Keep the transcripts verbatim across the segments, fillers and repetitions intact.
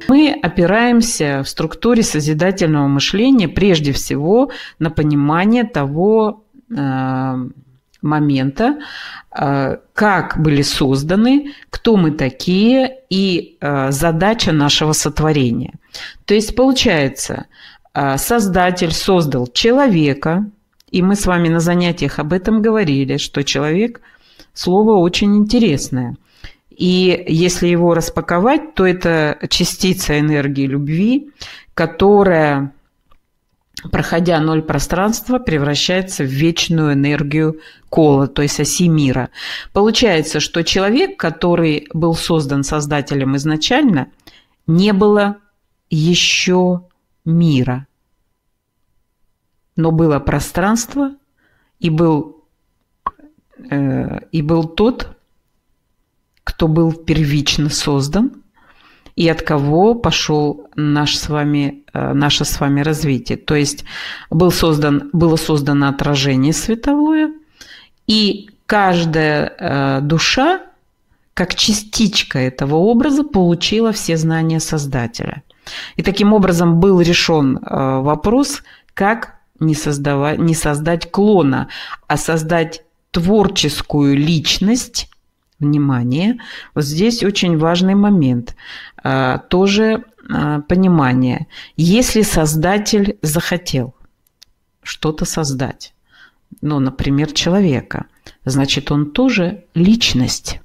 Мы опираемся в структуре созидательного мышления прежде всего на понимание того э, момента, э, как были созданы, кто мы такие и э, задача нашего сотворения. То есть получается, э, Создатель создал человека, и мы с вами на занятиях об этом говорили, что человек – слово очень интересное. И если его распаковать, то это частица энергии любви, которая, проходя ноль пространства, превращается в вечную энергию кола, то есть оси мира. Получается, что человек, который был создан Создателем изначально, не было еще мира. Но было пространство, и был, э, и был тот, кто был первично создан, и от кого пошел наш с вами, наше с вами развитие. То есть был создан, было создано отражение световое, и каждая душа, как частичка этого образа, получила все знания Создателя. И таким образом был решен вопрос, как не, создавать, не создать клона, а создать творческую личность. Внимание, вот здесь очень важный момент, тоже понимание. Если Создатель захотел что-то создать, ну, например, человека, значит, он тоже личность.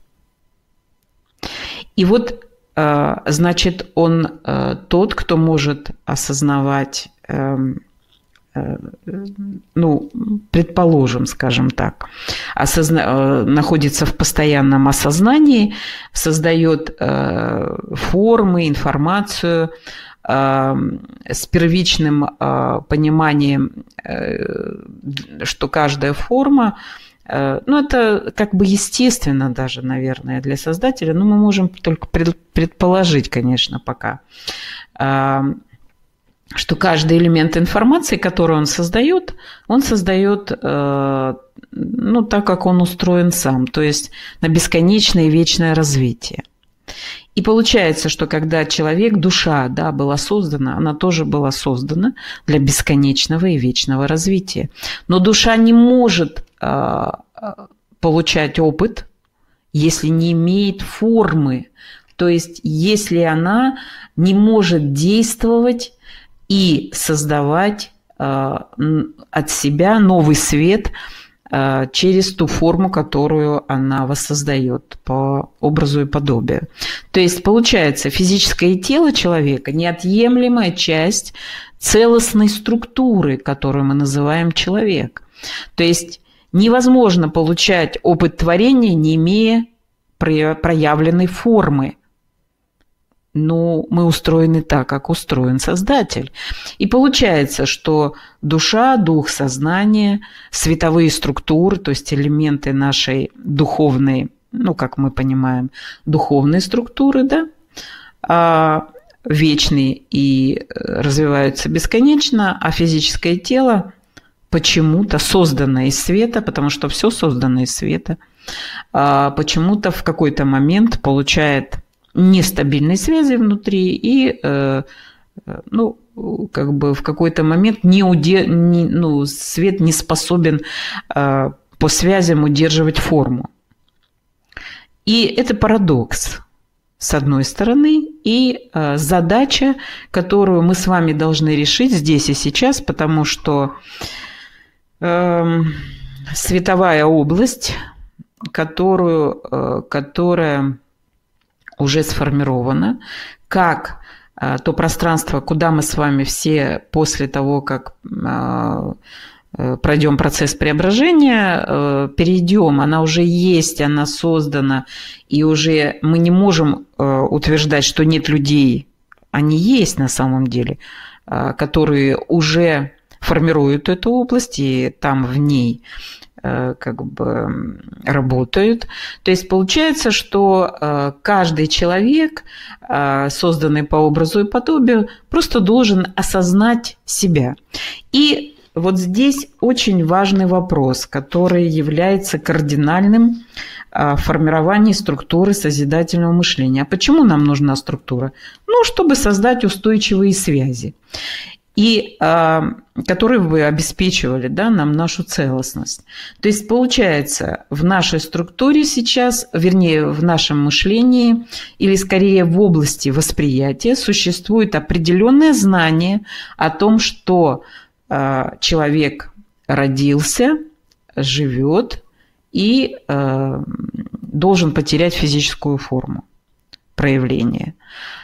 И вот, значит, он тот, кто может осознавать, ну, предположим, скажем так, осозна... находится в постоянном осознании, создает э, формы, информацию э, с первичным э, пониманием, э, что каждая форма, э, ну, это как бы естественно даже, наверное, для создателя, но мы можем только предположить, конечно, пока. Э, что каждый элемент информации, который он создает, он создает э, ну, так, как он устроен сам, то есть на бесконечное и вечное развитие. И получается, что когда человек, душа, да, была создана, она тоже была создана для бесконечного и вечного развития. Но душа не может э, получать опыт, если не имеет формы, то есть если она не может действовать и создавать э, от себя новый свет э, через ту форму, которую она воссоздает по образу и подобию. То есть получается, физическое тело человека – неотъемлемая часть целостной структуры, которую мы называем человек. То есть невозможно получать опыт творения, не имея проявленной формы. Но мы устроены так, как устроен Создатель. И получается, что душа, дух, сознание, световые структуры, то есть элементы нашей духовной, ну, как мы понимаем, духовной структуры, да, вечные и развиваются бесконечно, а физическое тело почему-то создано из света, потому что все создано из света, почему-то в какой-то момент получает нестабильной связи внутри и, э, ну, как бы в какой-то момент не уде... не, ну, свет не способен э, по связям удерживать форму. И это парадокс, с одной стороны, и э, задача, которую мы с вами должны решить здесь и сейчас, потому что э, световая область, которую, э, которая уже сформировано, как а, то пространство, куда мы с вами все после того, как а, пройдем процесс преображения, а, перейдем, она уже есть, она создана, и уже мы не можем а, утверждать, что нет людей, они есть на самом деле, а, которые уже формируют эту область и там в ней как бы работают. То есть получается, что каждый человек, созданный по образу и подобию, просто должен осознать себя. И вот здесь очень важный вопрос, который является кардинальным в формировании структуры созидательного мышления. А почему нам нужна структура? Ну, чтобы создать устойчивые связи, и, которые бы обеспечивали, да, нам нашу целостность. То есть, получается, в нашей структуре сейчас, вернее, в нашем мышлении, или скорее в области восприятия, существует определенное знание о том, что человек родился, живет и должен потерять физическую форму проявления.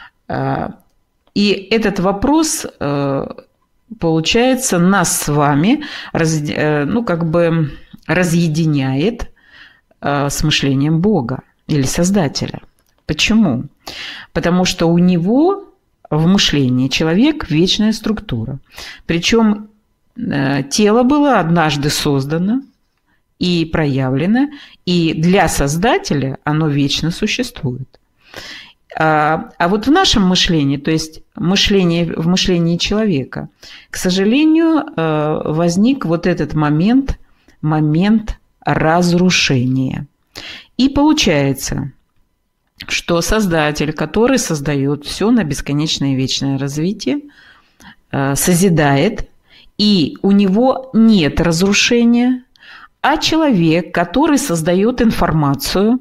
И этот вопрос, получается, нас с вами ну, как бы разъединяет с мышлением Бога или Создателя. Почему? Потому что у него в мышлении человек – вечная структура. Причем тело было однажды создано и проявлено, и для Создателя оно вечно существует. А, а вот в нашем мышлении, то есть мышление, в мышлении человека, к сожалению, возник вот этот момент, момент разрушения. И получается, что Создатель, который создает все на бесконечное и вечное развитие, созидает, и у него нет разрушения, а человек, который создает информацию,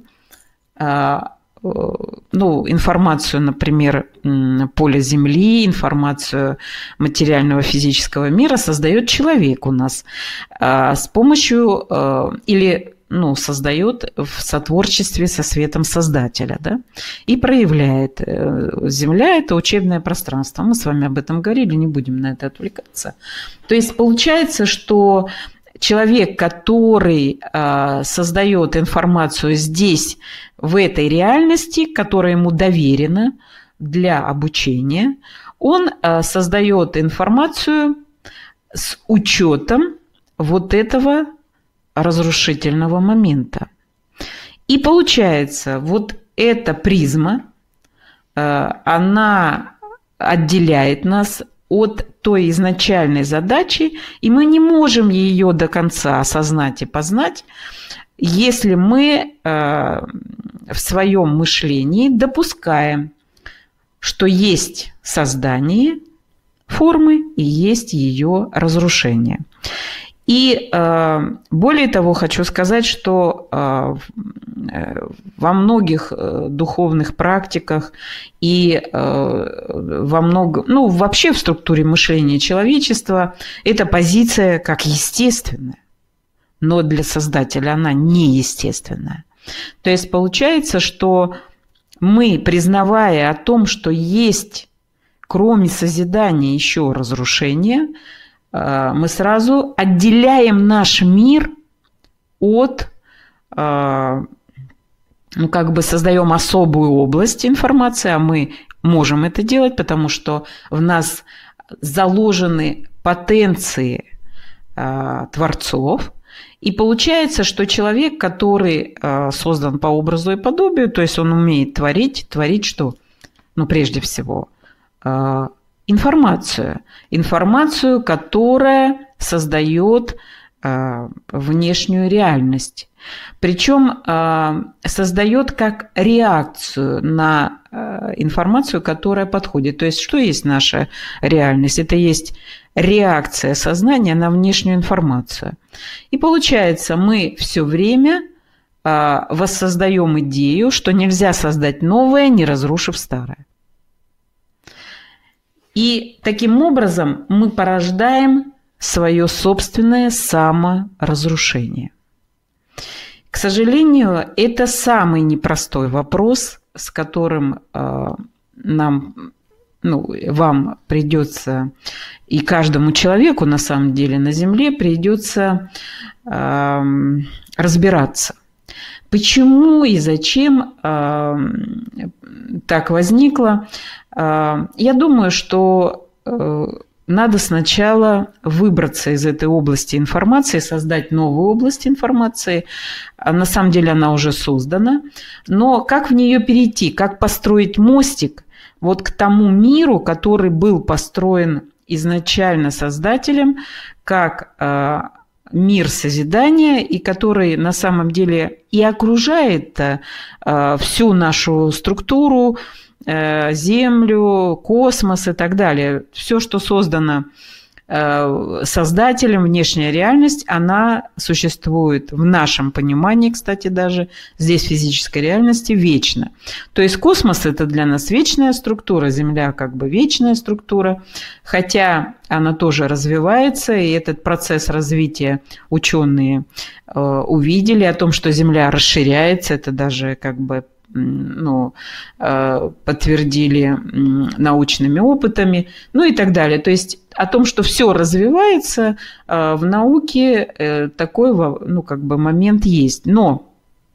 ну, информацию, например, поля Земли, информацию материального физического мира создает человек у нас с помощью или ну, создает в сотворчестве со светом Создателя, да, и проявляет. Земля – это учебное пространство. Мы с вами об этом говорили, не будем на это отвлекаться. То есть получается, что человек, который э, создает информацию здесь, в этой реальности, которая ему доверена для обучения, он э, создает информацию с учетом вот этого разрушительного момента. И получается, вот эта призма, э, она отделяет нас от той изначальной задачи, и мы не можем ее до конца осознать и познать, если мы э, в своем мышлении допускаем, что есть создание формы и есть ее разрушение. И э, более того, хочу сказать, что э, во многих духовных практиках и э, во много, ну, вообще в структуре мышления человечества эта позиция как естественная, но для Создателя она неестественная. То есть получается, что мы, признавая о том, что есть кроме созидания еще разрушение, мы сразу отделяем наш мир от, ну, как бы создаем особую область информации, а мы можем это делать, потому что в нас заложены потенции творцов. И получается, что человек, который создан по образу и подобию, то есть он умеет творить, творить что? Ну, прежде всего, информацию. Информацию, которая создает э, внешнюю реальность. Причем э, создает как реакцию на э, информацию, которая подходит. То есть что есть наша реальность? Это есть реакция сознания на внешнюю информацию. И получается, мы все время э, воссоздаем идею, что нельзя создать новое, не разрушив старое. И таким образом мы порождаем свое собственное саморазрушение. К сожалению, это самый непростой вопрос, с которым э, нам, ну, вам придется, и каждому человеку на самом деле на Земле придется э, разбираться. Почему и зачем э, так возникло? Э, я думаю, что э, надо сначала выбраться из этой области информации, создать новую область информации. На самом деле она уже создана. Но как в нее перейти? Как построить мостик вот к тому миру, который был построен изначально Создателем как мир созидания, и который на самом деле и окружает всю нашу структуру, Землю, космос и так далее. Все, что создано Создателем, внешняя реальность, она существует в нашем понимании, кстати, даже здесь физической реальности, вечно. То есть космос – это для нас вечная структура, Земля как бы вечная структура, хотя она тоже развивается, и этот процесс развития ученые увидели, о том, что Земля расширяется, это даже как бы ну, подтвердили научными опытами, ну и так далее. То есть о том, что все развивается, в науке такой, ну, как бы момент есть. Но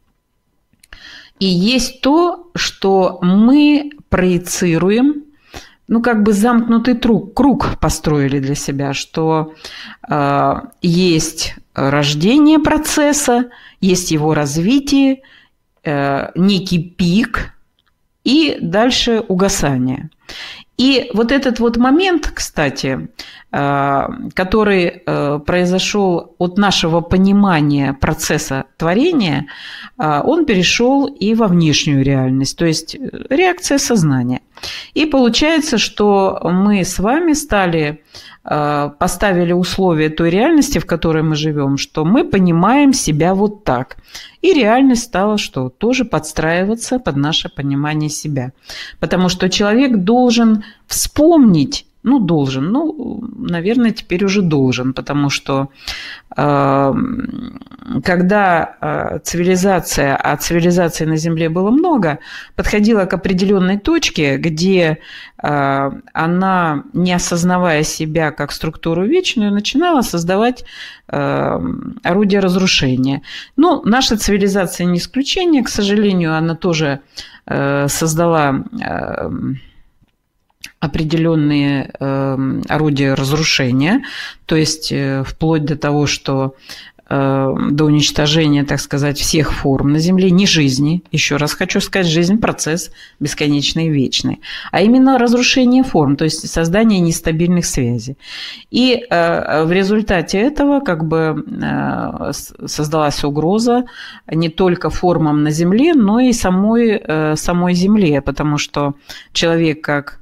и есть то, что мы проецируем, ну, как бы замкнутый круг, круг построили для себя, что э, есть рождение процесса, есть его развитие, некий пик и дальше угасание. И вот этот вот момент, кстати, который произошел от нашего понимания процесса творения, он перешел и во внешнюю реальность, то есть реакция сознания. И получается, что мы с вами стали, поставили условия той реальности, в которой мы живем, что мы понимаем себя вот так. И реальность стала что? Тоже подстраиваться под наше понимание себя. Потому что человек должен вспомнить, ну, должен, ну, наверное, теперь уже должен, потому что э, когда э, цивилизация, а цивилизаций на Земле было много, подходила к определенной точке, где э, она, не осознавая себя как структуру вечную, начинала создавать э, орудия разрушения. Ну, наша цивилизация не исключение, к сожалению, она тоже э, создала э, определенные э, орудия разрушения, то есть э, вплоть до того, что э, до уничтожения, так сказать, всех форм на Земле, не жизни, еще раз хочу сказать, жизнь – процесс бесконечный и вечный, а именно разрушение форм, то есть создание нестабильных связей. И э, в результате этого как бы э, создалась угроза не только формам на Земле, но и самой, э, самой Земле, потому что человек как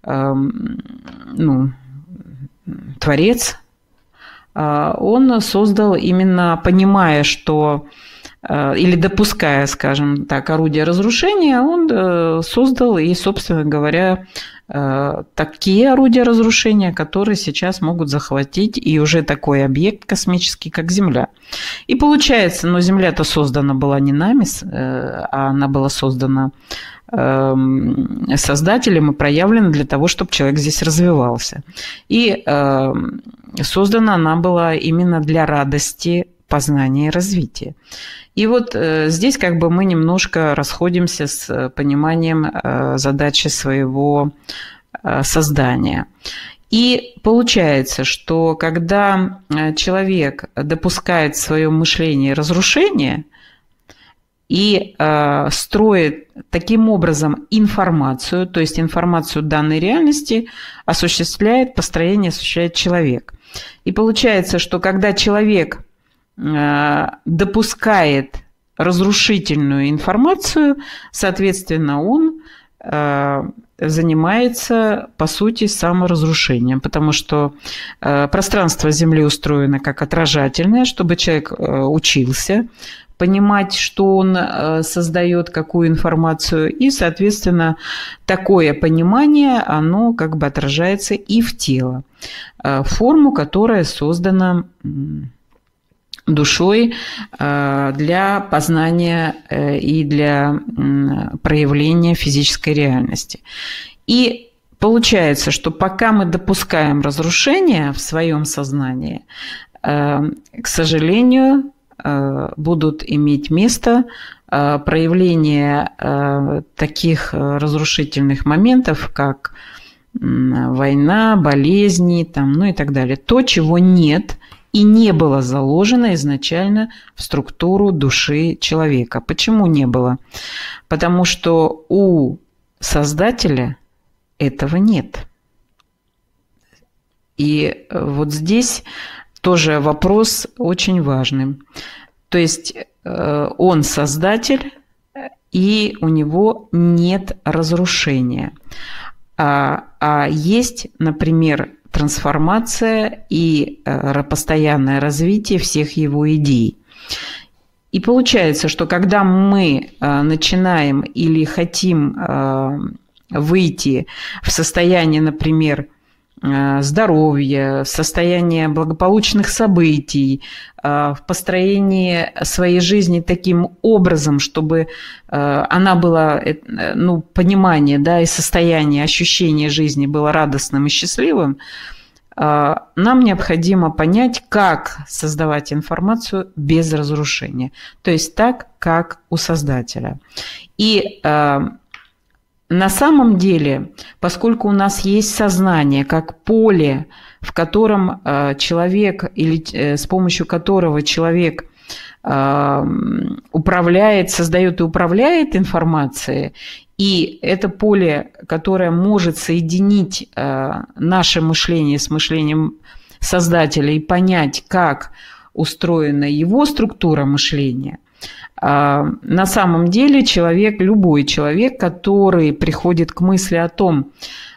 ну, творец, он создал именно понимая, что или допуская, скажем так, орудие разрушения, он создал и, собственно говоря, такие орудия разрушения, которые сейчас могут захватить и уже такой объект космический, как Земля. И получается, но Земля-то создана была не нами, а она была создана Создателем и проявлена для того, чтобы человек здесь развивался. И создана она была именно для радости познания и развития. И вот здесь как бы мы немножко расходимся с пониманием задачи своего создания. И получается, что когда человек допускает в своем мышлении разрушение и э, строит таким образом информацию, то есть информацию данной реальности осуществляет, построение осуществляет человек. И получается, что когда человек э, допускает разрушительную информацию, соответственно, он э, занимается, по сути, саморазрушением, потому что э, пространство Земли устроено как отражательное, чтобы человек э, учился понимать, что он создает, какую информацию, и, соответственно, такое понимание, оно как бы отражается и в тело, форму, которая создана душой для познания и для проявления физической реальности. И получается, что пока мы допускаем разрушение в своем сознании, к сожалению, будут иметь место проявления таких разрушительных моментов, как война, болезни, там, ну и так далее. То, чего нет и не было заложено изначально в структуру души человека. Почему не было? Потому что у Создателя этого нет. И вот здесь тоже вопрос очень важный. То есть он создатель, и у него нет разрушения. А, а есть, например, трансформация и постоянное развитие всех его идей. И получается, что когда мы начинаем или хотим выйти в состояние, например, здоровья, в состояние благополучных событий, в построении своей жизни таким образом, чтобы она была, ну, понимание, да, и состояние, ощущение жизни было радостным и счастливым, нам необходимо понять, как создавать информацию без разрушения. То есть так, как у создателя. И на самом деле, поскольку у нас есть сознание как поле, в котором человек или с помощью которого человек управляет, создает и управляет информацией, и это поле, которое может соединить наше мышление с мышлением создателя и понять, как устроена его структура мышления, на самом деле человек, любой человек, который приходит к мысли о том,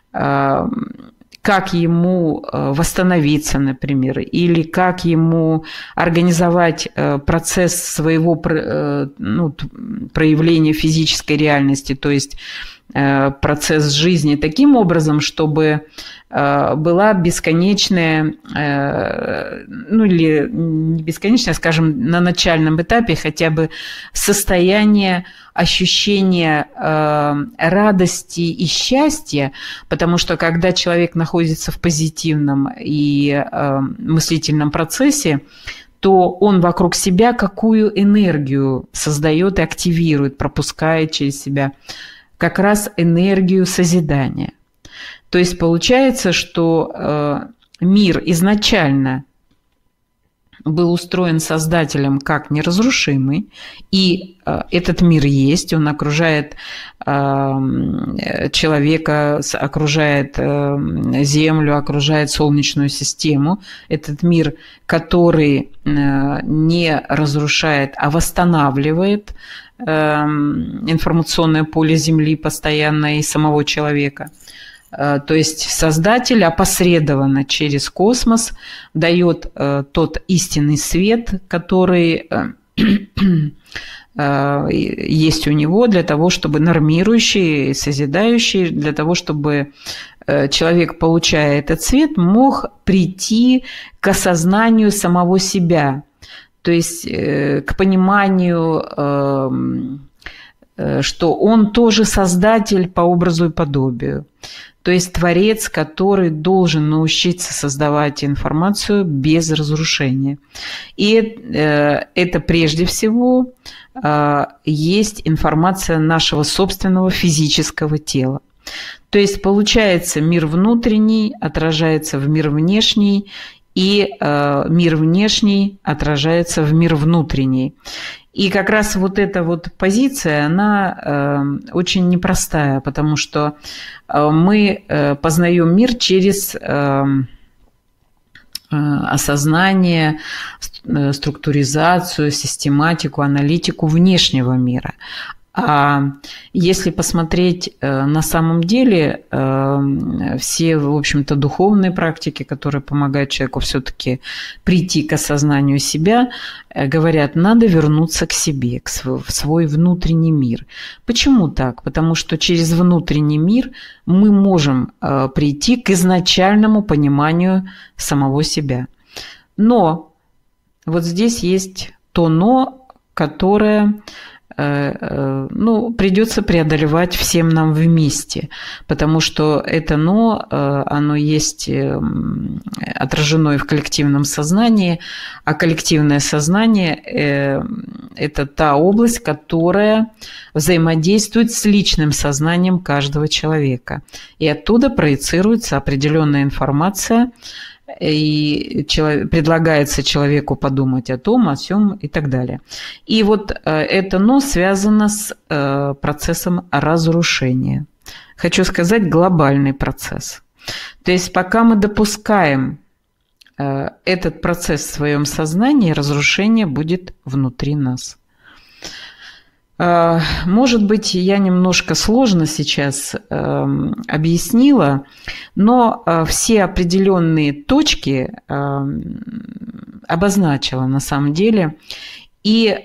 как ему восстановиться, например, или как ему организовать процесс своего, ну, проявления физической реальности, то есть процесс жизни таким образом, чтобы была бесконечная, ну или не бесконечная, скажем, на начальном этапе хотя бы состояние ощущения радости и счастья, потому что когда человек находится в позитивном и мыслительном процессе, то он вокруг себя какую энергию создает и активирует, пропускает через себя как раз энергию созидания. То есть получается, что э, мир изначально был устроен Создателем как неразрушимый, и э, этот мир есть, он окружает э, человека, окружает э, Землю, окружает Солнечную систему. Этот мир, который э, не разрушает, а восстанавливает э, информационное поле Земли постоянно и самого человека. То есть Создатель опосредованно через космос дает тот истинный свет, который есть у него для того, чтобы нормирующий, созидающий, для того, чтобы человек, получая этот свет, мог прийти к осознанию самого себя, то есть к пониманию, что он тоже создатель по образу и подобию. То есть творец, который должен научиться создавать информацию без разрушения. И это прежде всего есть информация нашего собственного физического тела. То есть получается, мир внутренний отражается в мир внешний, и мир внешний отражается в мир внутренний. И как раз вот эта вот позиция, она э, очень непростая, потому что э, мы э, познаем мир через э, э, осознание, структуризацию, систематику, аналитику внешнего мира. А если посмотреть на самом деле, все, в общем-то, духовные практики, которые помогают человеку все-таки прийти к осознанию себя, говорят, надо вернуться к себе, в свой внутренний мир. Почему так? Потому что через внутренний мир мы можем прийти к изначальному пониманию самого себя. Но вот здесь есть то «но», которое... ну, придется преодолевать всем нам вместе, потому что это «но», оно есть отражено и в коллективном сознании, а коллективное сознание – это та область, которая взаимодействует с личным сознанием каждого человека. И оттуда проецируется определенная информация, и человек, предлагается человеку подумать о том, о сём и так далее. И вот это «но» связано с процессом разрушения. Хочу сказать, глобальный процесс. То есть пока мы допускаем этот процесс в своем сознании, разрушение будет внутри нас. Может быть, я немножко сложно сейчас объяснила, но все определенные точки обозначила на самом деле. И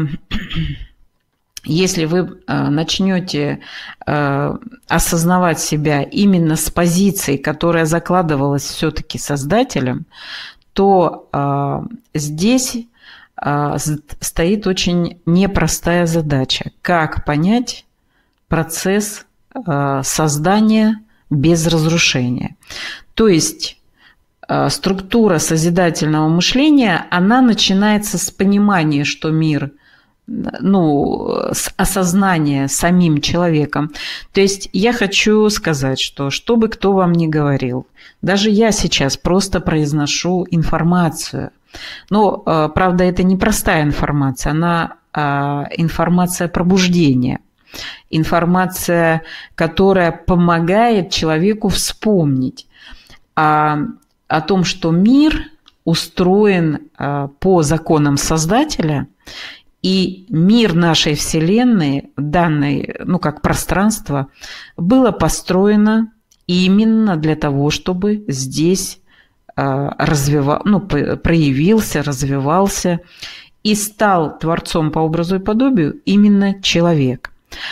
если вы начнете осознавать себя именно с позиции, которая закладывалась все-таки Создателем, то здесь стоит очень непростая задача. Как понять процесс создания без разрушения? То есть структура созидательного мышления, она начинается с понимания, что мир, ну, с осознания самим человеком. То есть я хочу сказать, что что бы кто вам ни говорил, даже я сейчас просто произношу информацию. Но, правда, это не простая информация, она информация пробуждения, информация, которая помогает человеку вспомнить о, о том, что мир устроен по законам Создателя, и мир нашей Вселенной, данной, ну, как пространство, было построено именно для того, чтобы здесь развивал, ну, проявился, развивался и стал творцом по образу и подобию именно человек.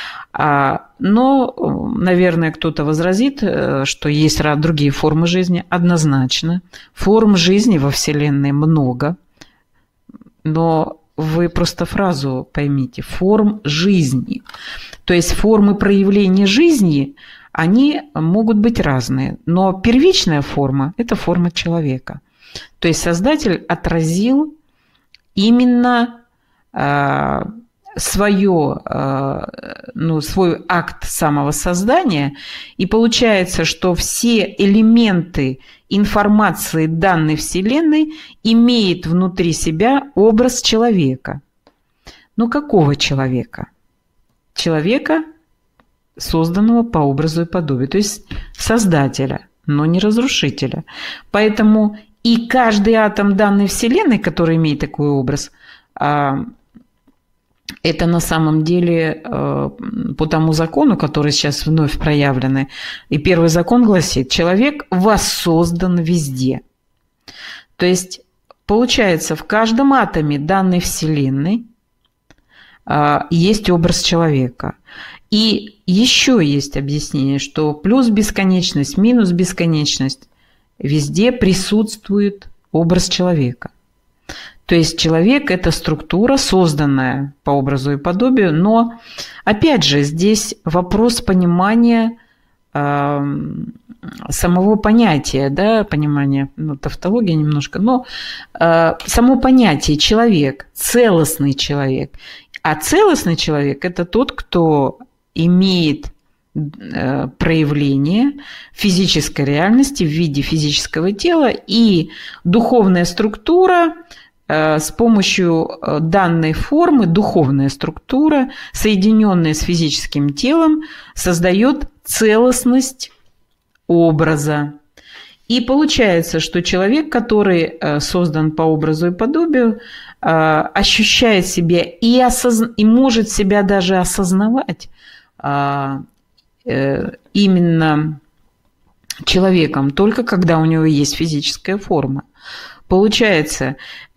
Но, наверное, кто-то возразит, что есть другие формы жизни. Однозначно. Форм жизни во Вселенной много. Но вы просто фразу поймите. Форм жизни. То есть формы проявления жизни, они могут быть разные. Но первичная форма – это форма человека. То есть Создатель отразил именно э, свое, э, ну, свой акт самого создания. И получается, что все элементы информации данной Вселенной имеют внутри себя образ человека. Но какого человека? Человека, созданного по образу и подобию, то есть Создателя, но не разрушителя. Поэтому и каждый атом данной Вселенной, который имеет такой образ, это на самом деле по тому закону, который сейчас вновь проявленный. И первый закон гласит: человек воссоздан везде. То есть получается, в каждом атоме данной Вселенной есть образ человека. И еще есть объяснение, что плюс бесконечность, минус бесконечность, везде присутствует образ человека. То есть человек – это структура, созданная по образу и подобию, но, опять же, здесь вопрос понимания э, самого понятия, да, понимания, ну, тавтология немножко, но э, само понятие человек, целостный человек. А целостный человек – это тот, кто имеет проявление физической реальности в виде физического тела, и духовная структура с помощью данной формы, духовная структура, соединенная с физическим телом, создает целостность образа. И получается, что человек, который создан по образу и подобию, ощущает себя и, осозна... и может себя даже осознавать именно человеком, только когда у него есть физическая форма. Получается,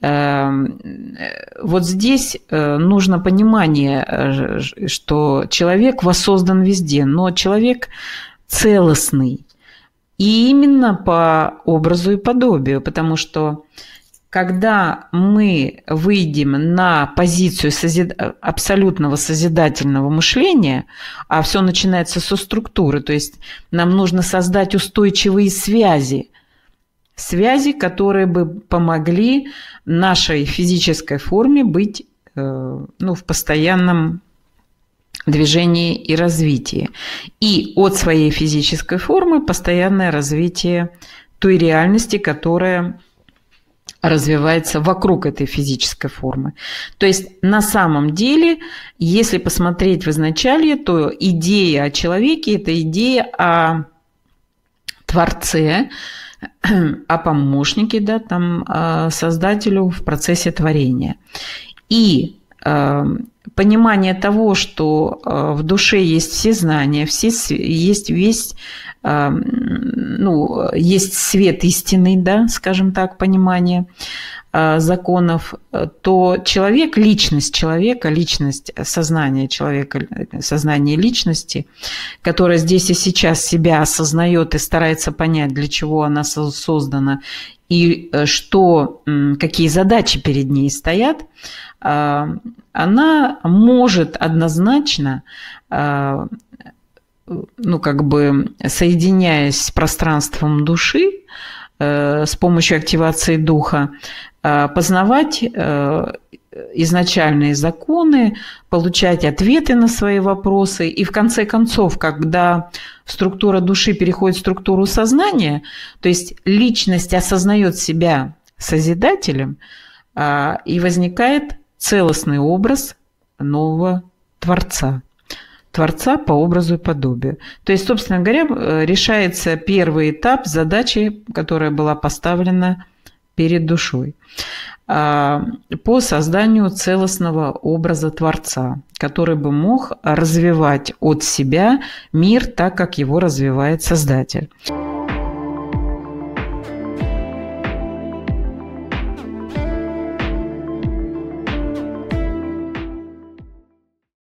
вот здесь нужно понимание, что человек воссоздан везде, но человек целостный. И именно по образу и подобию, потому что когда мы выйдем на позицию созид... абсолютного созидательного мышления, а все начинается со структуры, то есть нам нужно создать устойчивые связи, связи, которые бы помогли нашей физической форме быть э, ну, в постоянном движении и развитии. И от своей физической формы постоянное развитие той реальности, которая развивается вокруг этой физической формы. То есть на самом деле, если посмотреть в изначале, то идея о человеке – это идея о Творце, о помощнике, да, там, Создателю в процессе творения. И понимание того, что в душе есть все знания, все, есть весь, ну, есть свет истины, да, скажем так, понимание законов, то человек, личность человека, личность сознания человека, сознание личности, которая здесь и сейчас себя осознает и старается понять, для чего она создана и что, какие задачи перед ней стоят, она может однозначно, ну, как бы соединяясь с пространством души, с помощью активации духа, познавать изначальные законы, получать ответы на свои вопросы. И в конце концов, когда структура души переходит в структуру сознания, то есть личность осознает себя созидателем, и возникает целостный образ нового Творца. Творца по образу и подобию. То есть, собственно говоря, решается первый этап задачи, которая была поставлена перед душой по созданию целостного образа Творца, который бы мог развивать от себя мир так, как его развивает Создатель.